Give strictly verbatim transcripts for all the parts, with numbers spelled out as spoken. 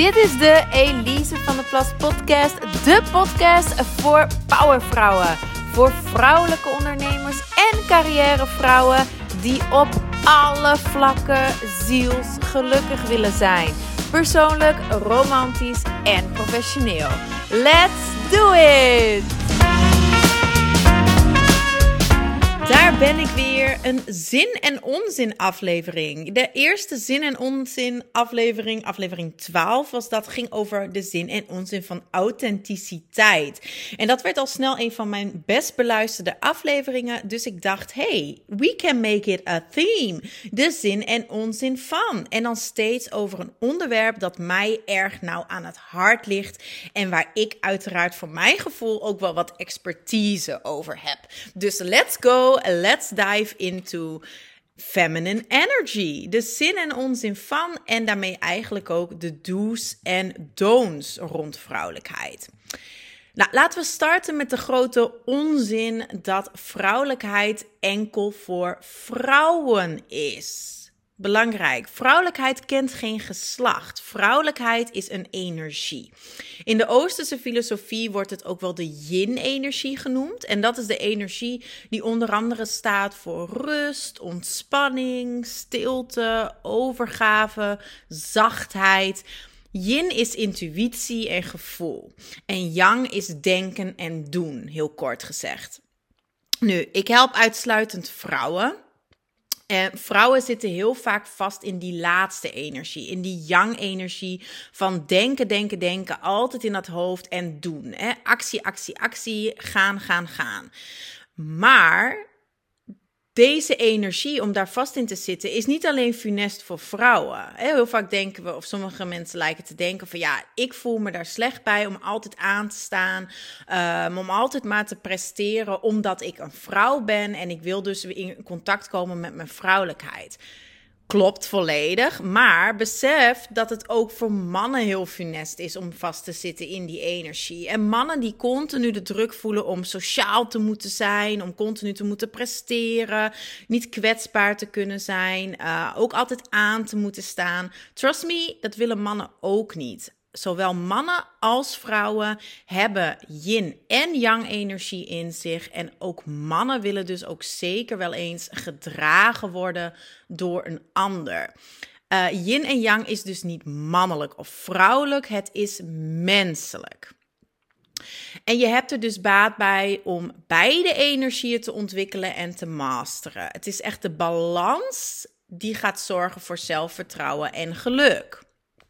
Dit is de Elise van der Plas podcast. De podcast voor powervrouwen. Voor vrouwelijke ondernemers en carrièrevrouwen die op alle vlakken zielsgelukkig willen zijn. Persoonlijk, romantisch en professioneel. Let's do it! Daar ben ik weer, een zin en onzin aflevering. De eerste zin en onzin aflevering, aflevering twaalf was dat, ging over de zin en onzin van authenticiteit. En dat werd al snel een van mijn best beluisterde afleveringen, dus ik dacht, hey, we can make it a theme. De zin en onzin van. En dan steeds over een onderwerp dat mij erg nauw aan het hart ligt en waar ik uiteraard voor mijn gevoel ook wel wat expertise over heb. Dus let's go. Let's dive into feminine energy. De zin en onzin van en daarmee eigenlijk ook de do's en don'ts rond vrouwelijkheid. Nou, laten we starten met de grote onzin dat vrouwelijkheid enkel voor vrouwen is. Belangrijk, vrouwelijkheid kent geen geslacht. Vrouwelijkheid is een energie. In de Oosterse filosofie wordt het ook wel de yin-energie genoemd. En dat is de energie die onder andere staat voor rust, ontspanning, stilte, overgave, zachtheid. Yin is intuïtie en gevoel. En yang is denken en doen, heel kort gezegd. Nu, ik help uitsluitend vrouwen. En vrouwen zitten heel vaak vast in die laatste energie, in die yang-energie van denken, denken, denken, altijd in dat hoofd en doen. Hè? Actie, actie, actie, gaan, gaan, gaan. Maar deze energie, om daar vast in te zitten, is niet alleen funest voor vrouwen. Heel vaak denken we, of sommige mensen lijken te denken van ja, ik voel me daar slecht bij om altijd aan te staan, um, om altijd maar te presteren, omdat ik een vrouw ben en ik wil dus weer in contact komen met mijn vrouwelijkheid. Klopt volledig, maar besef dat het ook voor mannen heel funest is om vast te zitten in die energie. En mannen die continu de druk voelen om sociaal te moeten zijn, om continu te moeten presteren, niet kwetsbaar te kunnen zijn, uh, ook altijd aan te moeten staan. Trust me, dat willen mannen ook niet. Zowel mannen als vrouwen hebben yin en yang energie in zich. En ook mannen willen dus ook zeker wel eens gedragen worden door een ander. Uh, yin en yang is dus niet mannelijk of vrouwelijk, het is menselijk. En je hebt er dus baat bij om beide energieën te ontwikkelen en te masteren. Het is echt de balans die gaat zorgen voor zelfvertrouwen en geluk.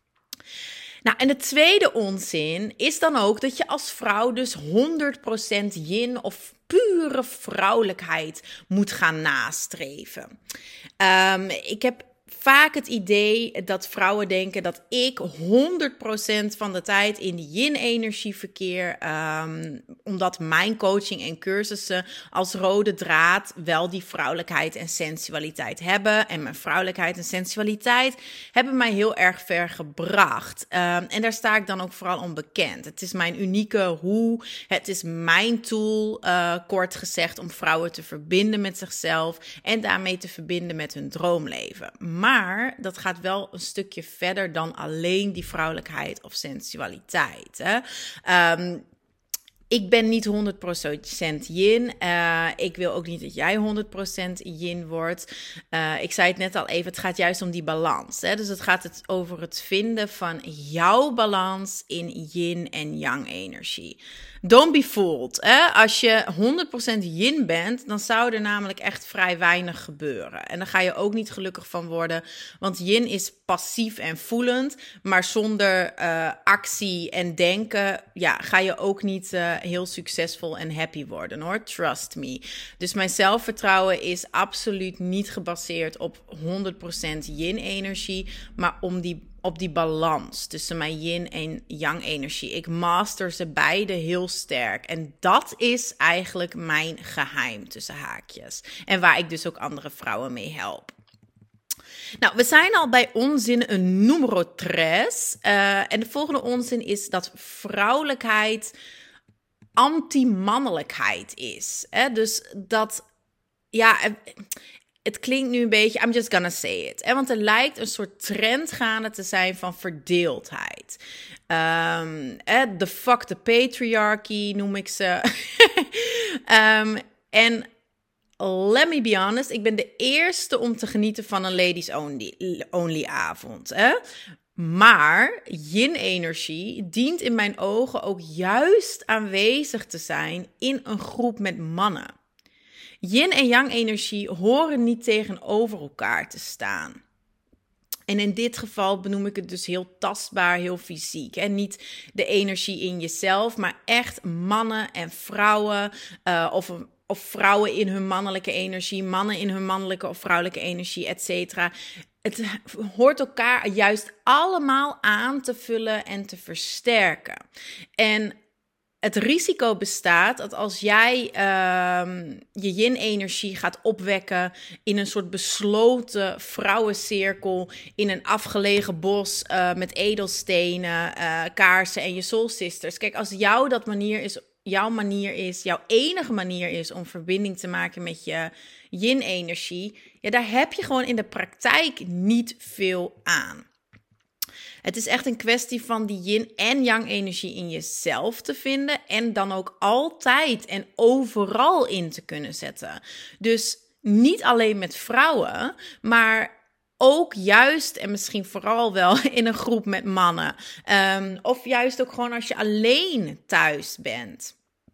Nou, en de tweede onzin is dan ook dat je als vrouw dus honderd procent yin of pure vrouwelijkheid moet gaan nastreven. Um, ik heb vaak het idee dat vrouwen denken dat ik honderd procent van de tijd in die yin-energie verkeer, um, omdat mijn coaching en cursussen als rode draad wel die vrouwelijkheid en sensualiteit hebben. En mijn vrouwelijkheid en sensualiteit hebben mij heel erg ver gebracht. Um, en daar sta ik dan ook vooral onbekend. Het is mijn unieke hoe, het is mijn tool, uh, kort gezegd, om vrouwen te verbinden met zichzelf en daarmee te verbinden met hun droomleven. Maar dat gaat wel een stukje verder dan alleen die vrouwelijkheid of sensualiteit. Hè? Um, ik ben niet honderd procent yin. Uh, ik wil ook niet dat jij honderd procent yin wordt. Uh, ik zei het net al even, het gaat juist om die balans. Hè? Dus het gaat het over het vinden van jouw balans in yin en yang energie. Don't be fooled. Hè? Als je honderd procent yin bent, dan zou er namelijk echt vrij weinig gebeuren. En dan ga je ook niet gelukkig van worden. Want yin is passief en voelend. Maar zonder uh, actie en denken ja, ga je ook niet uh, heel succesvol en happy worden, hoor. Trust me. Dus mijn zelfvertrouwen is absoluut niet gebaseerd op honderd procent yin-energie, maar om die op die balans tussen mijn yin en yang energie. Ik master ze beide heel sterk. En dat is eigenlijk mijn geheim tussen haakjes. En waar ik dus ook andere vrouwen mee help. Nou, we zijn al bij onzin een numero tres. Uh, en de volgende onzin is dat vrouwelijkheid anti-mannelijkheid is. Hè? Dus dat, ja, het klinkt nu een beetje, I'm just gonna say it. Hè? Want er lijkt een soort trend gaande te zijn van verdeeldheid. Um, eh, the fuck the patriarchy noem ik ze. um, en let me be honest, ik ben de eerste om te genieten van een ladies only, only avond. Hè? Maar yin-energie dient in mijn ogen ook juist aanwezig te zijn in een groep met mannen. Yin en yang energie horen niet tegenover elkaar te staan. En in dit geval benoem ik het dus heel tastbaar, heel fysiek. En niet de energie in jezelf, maar echt mannen en vrouwen. Uh, of, of vrouwen in hun mannelijke energie, mannen in hun mannelijke of vrouwelijke energie, et cetera. Het hoort elkaar juist allemaal aan te vullen en te versterken. En het risico bestaat dat als jij uh, je yin-energie gaat opwekken in een soort besloten vrouwencirkel in een afgelegen bos uh, met edelstenen, uh, kaarsen en je soul sisters. Kijk, als jou dat manier is, jouw manier is, jouw enige manier is om verbinding te maken met je yin-energie, ja, daar heb je gewoon in de praktijk niet veel aan. Het is echt een kwestie van die yin en yang energie in jezelf te vinden en dan ook altijd en overal in te kunnen zetten. Dus niet alleen met vrouwen, maar ook juist en misschien vooral wel in een groep met mannen. Um, of juist ook gewoon als je alleen thuis bent.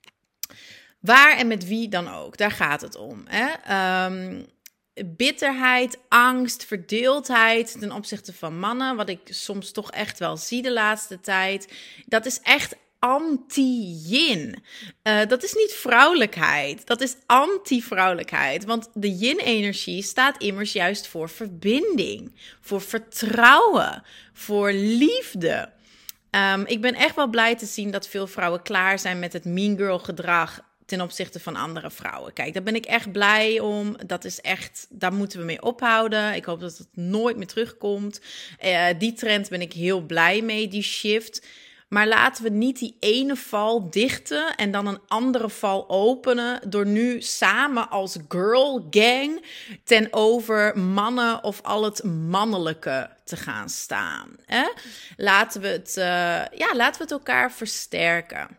Waar en met wie dan ook, daar gaat het om. Hè? Um, bitterheid, angst, verdeeldheid ten opzichte van mannen, wat ik soms toch echt wel zie de laatste tijd, dat is echt anti-yin. Uh, dat is niet vrouwelijkheid, dat is anti-vrouwelijkheid. Want de yin-energie staat immers juist voor verbinding, voor vertrouwen, voor liefde. Um, ik ben echt wel blij te zien dat veel vrouwen klaar zijn met het mean girl gedrag ten opzichte van andere vrouwen. Kijk, daar ben ik echt blij om. Dat is echt, daar moeten we mee ophouden. Ik hoop dat het nooit meer terugkomt. Uh, die trend ben ik heel blij mee, die shift. Maar laten we niet die ene val dichten en dan een andere val openen door nu samen als girl gang ten over mannen of al het mannelijke te gaan staan. Hè? Laten we het, uh, ja, laten we het elkaar versterken.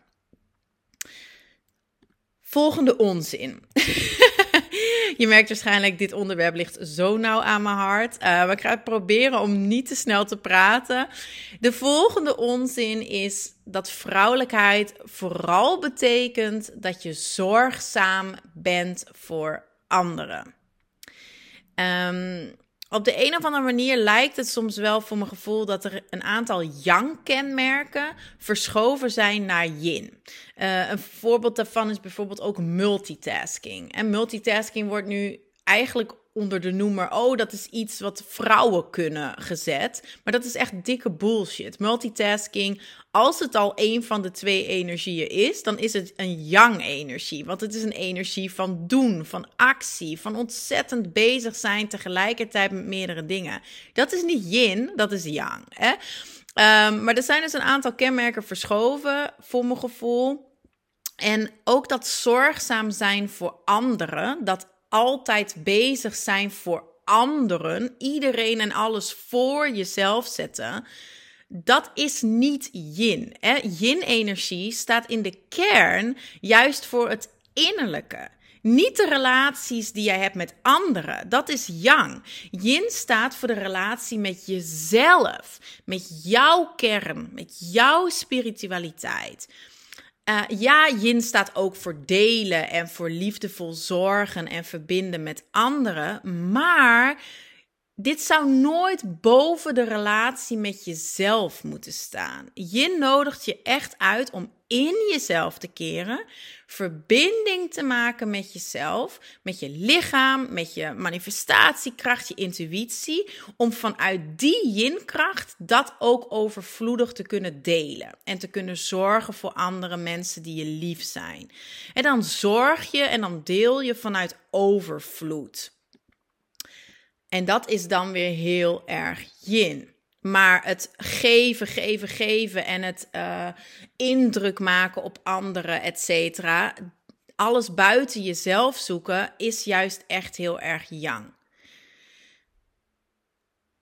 Volgende onzin. Je merkt waarschijnlijk, dit onderwerp ligt zo nauw aan mijn hart. Uh, maar ik ga proberen om niet te snel te praten. De volgende onzin is dat vrouwelijkheid vooral betekent dat je zorgzaam bent voor anderen. Um, Op de een of andere manier lijkt het soms wel voor mijn gevoel dat er een aantal yang-kenmerken verschoven zijn naar yin. Uh, een voorbeeld daarvan is bijvoorbeeld ook multitasking. En multitasking wordt nu eigenlijk onder de noemer, oh, dat is iets wat vrouwen kunnen gezet. Maar dat is echt dikke bullshit. Multitasking, als het al een van de twee energieën is, dan is het een yang-energie. Want het is een energie van doen, van actie, van ontzettend bezig zijn tegelijkertijd met meerdere dingen. Dat is niet yin, dat is yang. Hè? Um, maar er zijn dus een aantal kenmerken verschoven, voor mijn gevoel. En ook dat zorgzaam zijn voor anderen, dat altijd bezig zijn voor anderen, iedereen en alles voor jezelf zetten, dat is niet yin. Hè? Yin-energie staat in de kern juist voor het innerlijke. Niet de relaties die jij hebt met anderen, dat is yang. Yin staat voor de relatie met jezelf, met jouw kern, met jouw spiritualiteit. Uh, ja, yin staat ook voor delen en voor liefdevol zorgen en verbinden met anderen. Maar dit zou nooit boven de relatie met jezelf moeten staan. Yin nodigt je echt uit om in jezelf te keren, verbinding te maken met jezelf, met je lichaam, met je manifestatiekracht, je intuïtie, om vanuit die yin-kracht dat ook overvloedig te kunnen delen en te kunnen zorgen voor andere mensen die je lief zijn. En dan zorg je en dan deel je vanuit overvloed. En dat is dan weer heel erg yin. Maar het geven, geven, geven en het uh, indruk maken op anderen, et cetera, alles buiten jezelf zoeken, is juist echt heel erg yang.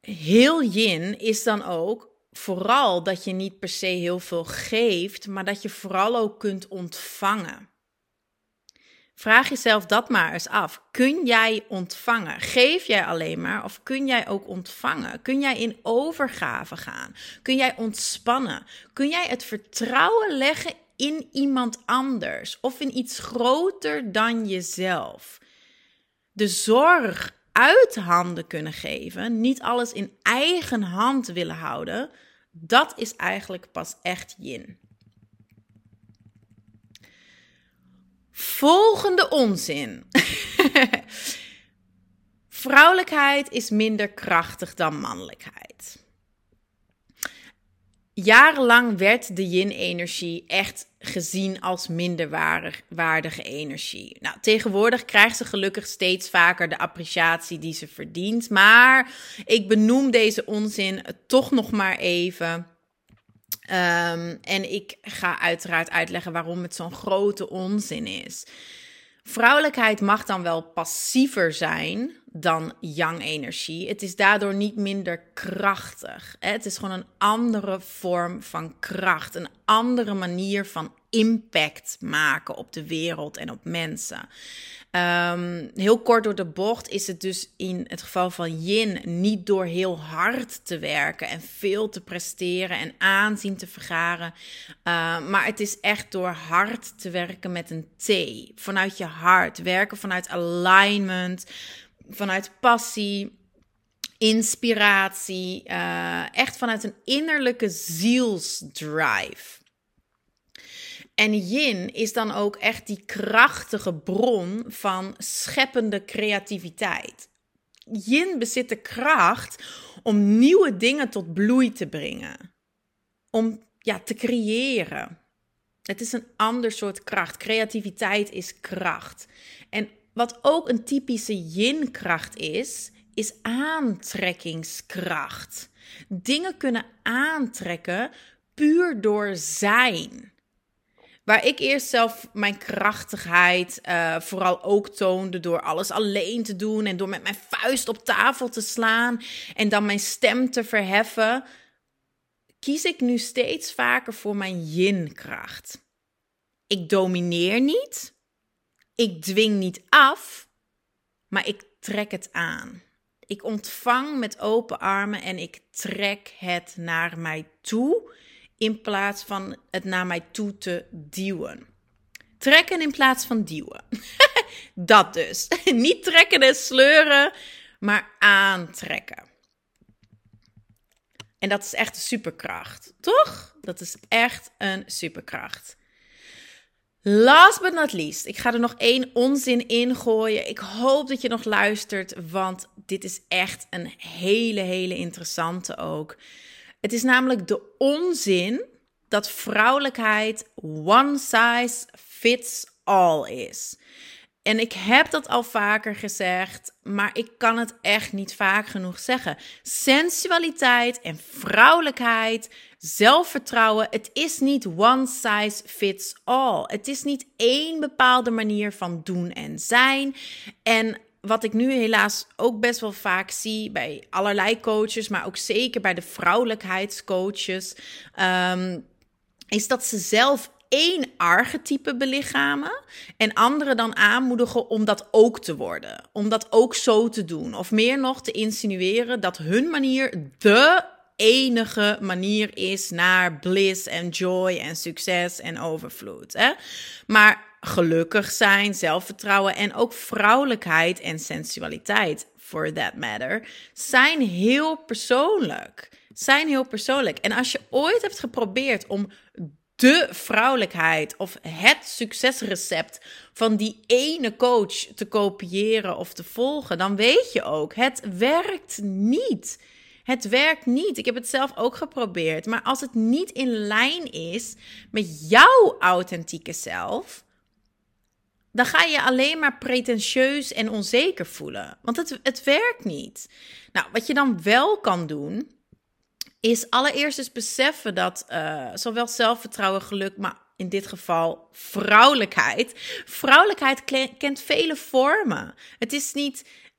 heel yin is dan ook vooral dat je niet per se heel veel geeft, maar dat je vooral ook kunt ontvangen. Vraag jezelf dat maar eens af. Kun jij ontvangen? Geef jij alleen maar of kun jij ook ontvangen? Kun jij in overgave gaan? Kun jij ontspannen? Kun jij het vertrouwen leggen in iemand anders of in iets groter dan jezelf? De zorg uit handen kunnen geven, niet alles in eigen hand willen houden, dat is eigenlijk pas echt yin. Volgende onzin. Vrouwelijkheid is minder krachtig dan mannelijkheid. Jarenlang werd de yin-energie echt gezien als minderwaardige energie. Nou, tegenwoordig krijgt ze gelukkig steeds vaker de appreciatie die ze verdient. Maar ik benoem deze onzin toch nog maar even. Um, en ik ga uiteraard uitleggen waarom het zo'n grote onzin is. Vrouwelijkheid mag dan wel passiever zijn dan yang-energie. Het is daardoor niet minder krachtig. Het is gewoon een andere vorm van kracht. Een andere manier van impact maken op de wereld en op mensen. Um, heel kort door de bocht is het dus in het geval van yin niet door heel hard te werken en veel te presteren en aanzien te vergaren. Uh, maar het is echt door hard te werken met een T. Vanuit je hart, werken vanuit alignment, vanuit passie, inspiratie. Uh, echt vanuit een innerlijke zielsdrive. En yin is dan ook echt die krachtige bron van scheppende creativiteit. Yin bezit de kracht om nieuwe dingen tot bloei te brengen. Om ja, te creëren. Het is een ander soort kracht. Creativiteit is kracht. En wat ook een typische yin-kracht is, is aantrekkingskracht. Dingen kunnen aantrekken puur door zijn. Waar ik eerst zelf mijn krachtigheid uh, vooral ook toonde door alles alleen te doen en door met mijn vuist op tafel te slaan en dan mijn stem te verheffen, kies ik nu steeds vaker voor mijn yin-kracht. Ik domineer niet, ik dwing niet af, maar ik trek het aan. Ik ontvang met open armen en ik trek het naar mij toe, in plaats van het naar mij toe te duwen. Trekken in plaats van duwen. Dat dus. Niet trekken en sleuren, maar aantrekken. En dat is echt een superkracht, toch? Dat is echt een superkracht. Last but not least, ik ga er nog één onzin in gooien. Ik hoop dat je nog luistert, want dit is echt een hele, hele interessante ook. Het is namelijk de onzin dat vrouwelijkheid one size fits all is. En ik heb dat al vaker gezegd, maar ik kan het echt niet vaak genoeg zeggen. Sensualiteit en vrouwelijkheid, zelfvertrouwen, het is niet one size fits all. Het is niet één bepaalde manier van doen en zijn. En wat ik nu helaas ook best wel vaak zie bij allerlei coaches, maar ook zeker bij de vrouwelijkheidscoaches, um, is dat ze zelf één archetype belichamen en anderen dan aanmoedigen om dat ook te worden. Om dat ook zo te doen. Of meer nog te insinueren dat hun manier de enige manier is naar bliss en joy en succes en overvloed. Hè? Maar gelukkig zijn, zelfvertrouwen en ook vrouwelijkheid en sensualiteit, for that matter, zijn heel persoonlijk. Zijn heel persoonlijk. En als je ooit hebt geprobeerd om de vrouwelijkheid of het succesrecept van die ene coach te kopiëren of te volgen, dan weet je ook, het werkt niet. Het werkt niet. Ik heb het zelf ook geprobeerd. Maar als het niet in lijn is met jouw authentieke zelf, dan ga je alleen maar pretentieus en onzeker voelen. Want het, het werkt niet. Nou, wat je dan wel kan doen, is allereerst eens beseffen dat uh, zowel zelfvertrouwen, geluk, maar in dit geval vrouwelijkheid. Vrouwelijkheid kent vele vormen. Het is niet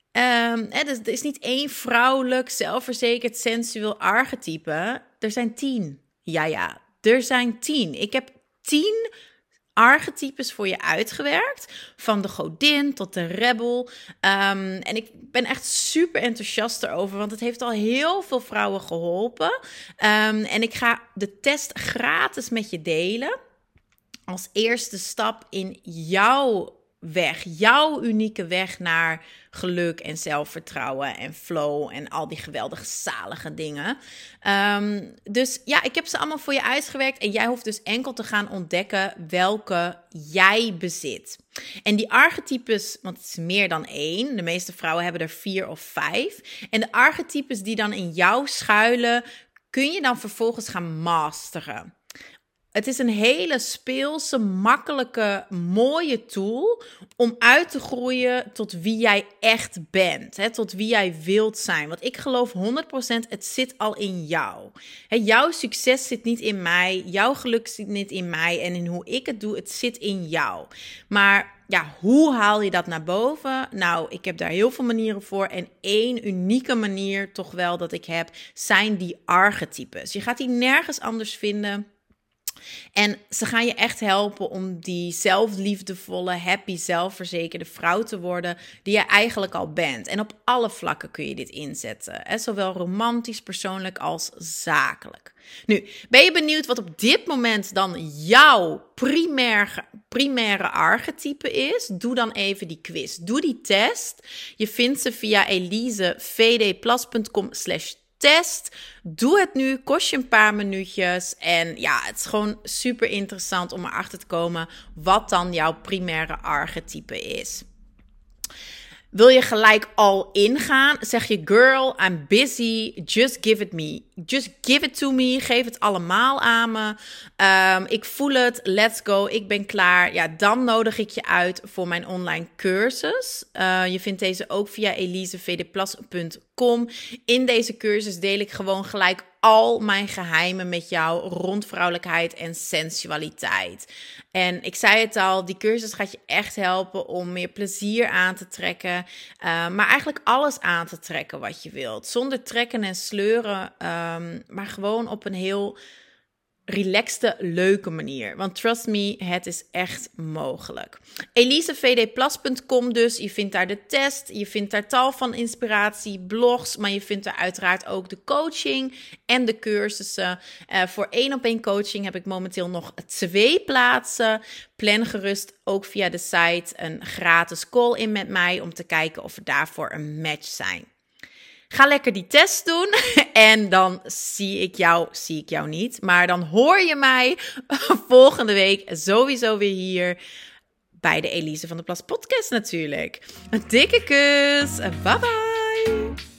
Um, hè, dus er is niet één vrouwelijk, zelfverzekerd, sensueel archetype. Er zijn tien. Ja, ja, er zijn tien. Ik heb tien archetypes voor je uitgewerkt. Van de godin tot de rebel. Um, en ik ben echt super enthousiast erover, want het heeft al heel veel vrouwen geholpen. Um, en ik ga de test gratis met je delen. Als eerste stap in jouw weg, jouw unieke weg naar geluk en zelfvertrouwen en flow en al die geweldige zalige dingen. Um, dus ja, ik heb ze allemaal voor je uitgewerkt en jij hoeft dus enkel te gaan ontdekken welke jij bezit. En die archetypes, want het is meer dan één, de meeste vrouwen hebben er vier of vijf. En de archetypes die dan in jou schuilen, kun je dan vervolgens gaan masteren. Het is een hele speelse, makkelijke, mooie tool om uit te groeien tot wie jij echt bent. Hè, tot wie jij wilt zijn. Want ik geloof honderd procent, het zit al in jou. Hè, jouw succes zit niet in mij. Jouw geluk zit niet in mij. En in hoe ik het doe, het zit in jou. Maar ja, hoe haal je dat naar boven? Nou, ik heb daar heel veel manieren voor. En één unieke manier toch wel dat ik heb, zijn die archetypes. Je gaat die nergens anders vinden. En ze gaan je echt helpen om die zelfliefdevolle, happy, zelfverzekerde vrouw te worden die je eigenlijk al bent. En op alle vlakken kun je dit inzetten. Hè? Zowel romantisch, persoonlijk als zakelijk. Nu, ben je benieuwd wat op dit moment dan jouw primaire, primaire archetype is? Doe dan even die quiz. Doe die test. Je vindt ze via elisevdplus.com slash test. Doe het nu, kost je een paar minuutjes. En ja, het is gewoon super interessant om erachter te komen wat dan jouw primaire archetype is. Wil je gelijk al ingaan? Zeg je, girl, I'm busy, just give it me. Just give it to me, geef het allemaal aan me. Um, ik voel het, let's go, ik ben klaar. Ja, dan nodig ik je uit voor mijn online cursus. Uh, je vindt deze ook via elisevdplus punt com. In deze cursus deel ik gewoon gelijk al mijn geheimen met jou rond vrouwelijkheid en sensualiteit. En ik zei het al, die cursus gaat je echt helpen om meer plezier aan te trekken. Uh, maar eigenlijk alles aan te trekken wat je wilt. Zonder trekken en sleuren, um, maar gewoon op een heel relaxte, leuke manier. Want trust me, het is echt mogelijk. elisevdplus punt com dus. Je vindt daar de test. Je vindt daar tal van inspiratie, blogs. Maar je vindt daar uiteraard ook de coaching en de cursussen. Uh, voor één op één coaching heb ik momenteel nog twee plaatsen. Plan gerust ook via de site een gratis call in met mij om te kijken of we daarvoor een match zijn. Ga lekker die test doen en dan zie ik jou, zie ik jou niet. Maar dan hoor je mij volgende week sowieso weer hier bij de Elise van der Plas podcast natuurlijk. Een dikke kus. Bye bye.